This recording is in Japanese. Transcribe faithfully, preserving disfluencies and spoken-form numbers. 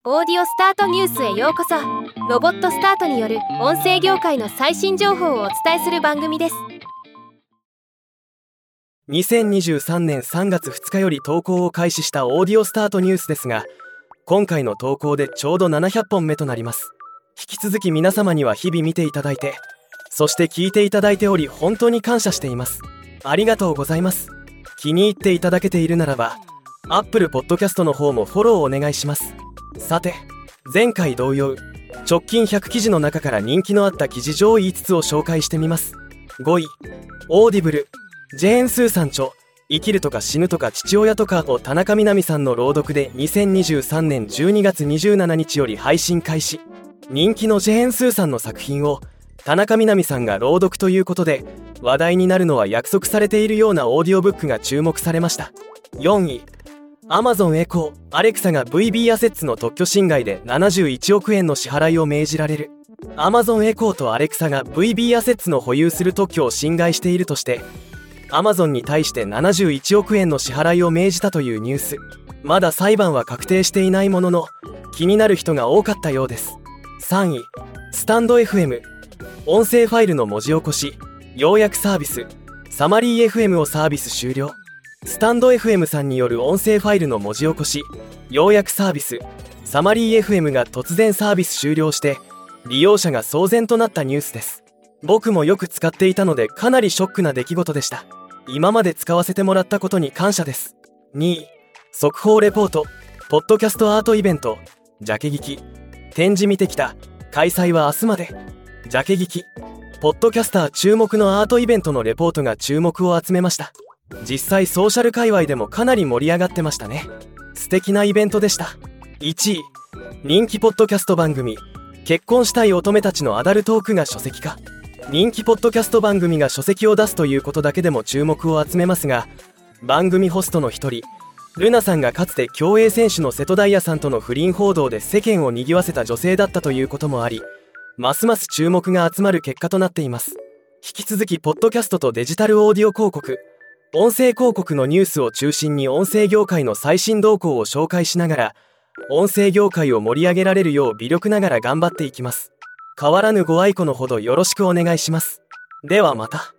オーディオスタートニュースへようこそ。ロボットスタートによる音声業界の最新情報をお伝えする番組です。 にせんにじゅうさんねんさんがつふつかより投稿を開始したオーディオスタートニュースですが、今回の投稿でちょうどななひゃっぽんめとなります。引き続き皆様には日々見ていただいて、そして聞いていただいており本当に感謝しています。ありがとうございます。気に入っていただけているならば Apple Podcast の方もフォローお願いします。さて、前回同様直近ひゃく記事の中から人気のあった記事上位いつつを紹介してみます。ごい、オーディブル、ジェーン・スーさん著生きるとか死ぬとか父親とかを田中みな実さんの朗読でにせんにじゅうさんねんじゅうにがつにじゅうしちにちより配信開始。人気のジェーン・スーさんの作品を田中みな実さんが朗読ということで、話題になるのは約束されているようなオーディオブックが注目されました。よんい、Amazon Echo Alexa が ブイビー アセッツの特許侵害でななじゅういちおくえんの支払いを命じられる。 Amazon Echo と Alexa が ブイビー アセッツの保有する特許を侵害しているとして Amazon に対してななじゅういちおくえんの支払いを命じたというニュース。まだ裁判は確定していないものの気になる人が多かったようです。さんい、スタンド エフエム 音声ファイルの文字起こし要約サービスサマリー エフエム をサービス終了。スタンド エフエム さんによる音声ファイルの文字起こし要約サービスサマリー エフエム が突然サービス終了して利用者が騒然となったニュースです。僕もよく使っていたのでかなりショックな出来事でした。今まで使わせてもらったことに感謝です。にい、速報レポートポッドキャストアートイベントジャケ聞き展示見てきた、開催は明日まで。ジャケ聞きポッドキャスター注目のアートイベントのレポートが注目を集めました。実際ソーシャル界隈でもかなり盛り上がってましたね。素敵なイベントでした。いちい、人気ポッドキャスト番組結婚したい乙女たちのアダルトークが書籍化。人気ポッドキャスト番組が書籍を出すということだけでも注目を集めますが、番組ホストの一人ルナさんがかつて競泳選手の瀬戸大也さんとの不倫報道で世間を賑わせた女性だったということもあり、ますます注目が集まる結果となっています。引き続きポッドキャストとデジタルオーディオ広告音声広告のニュースを中心に音声業界の最新動向を紹介しながら音声業界を盛り上げられるよう微力ながら頑張っていきます。変わらぬご愛顧のほどよろしくお願いします。ではまた。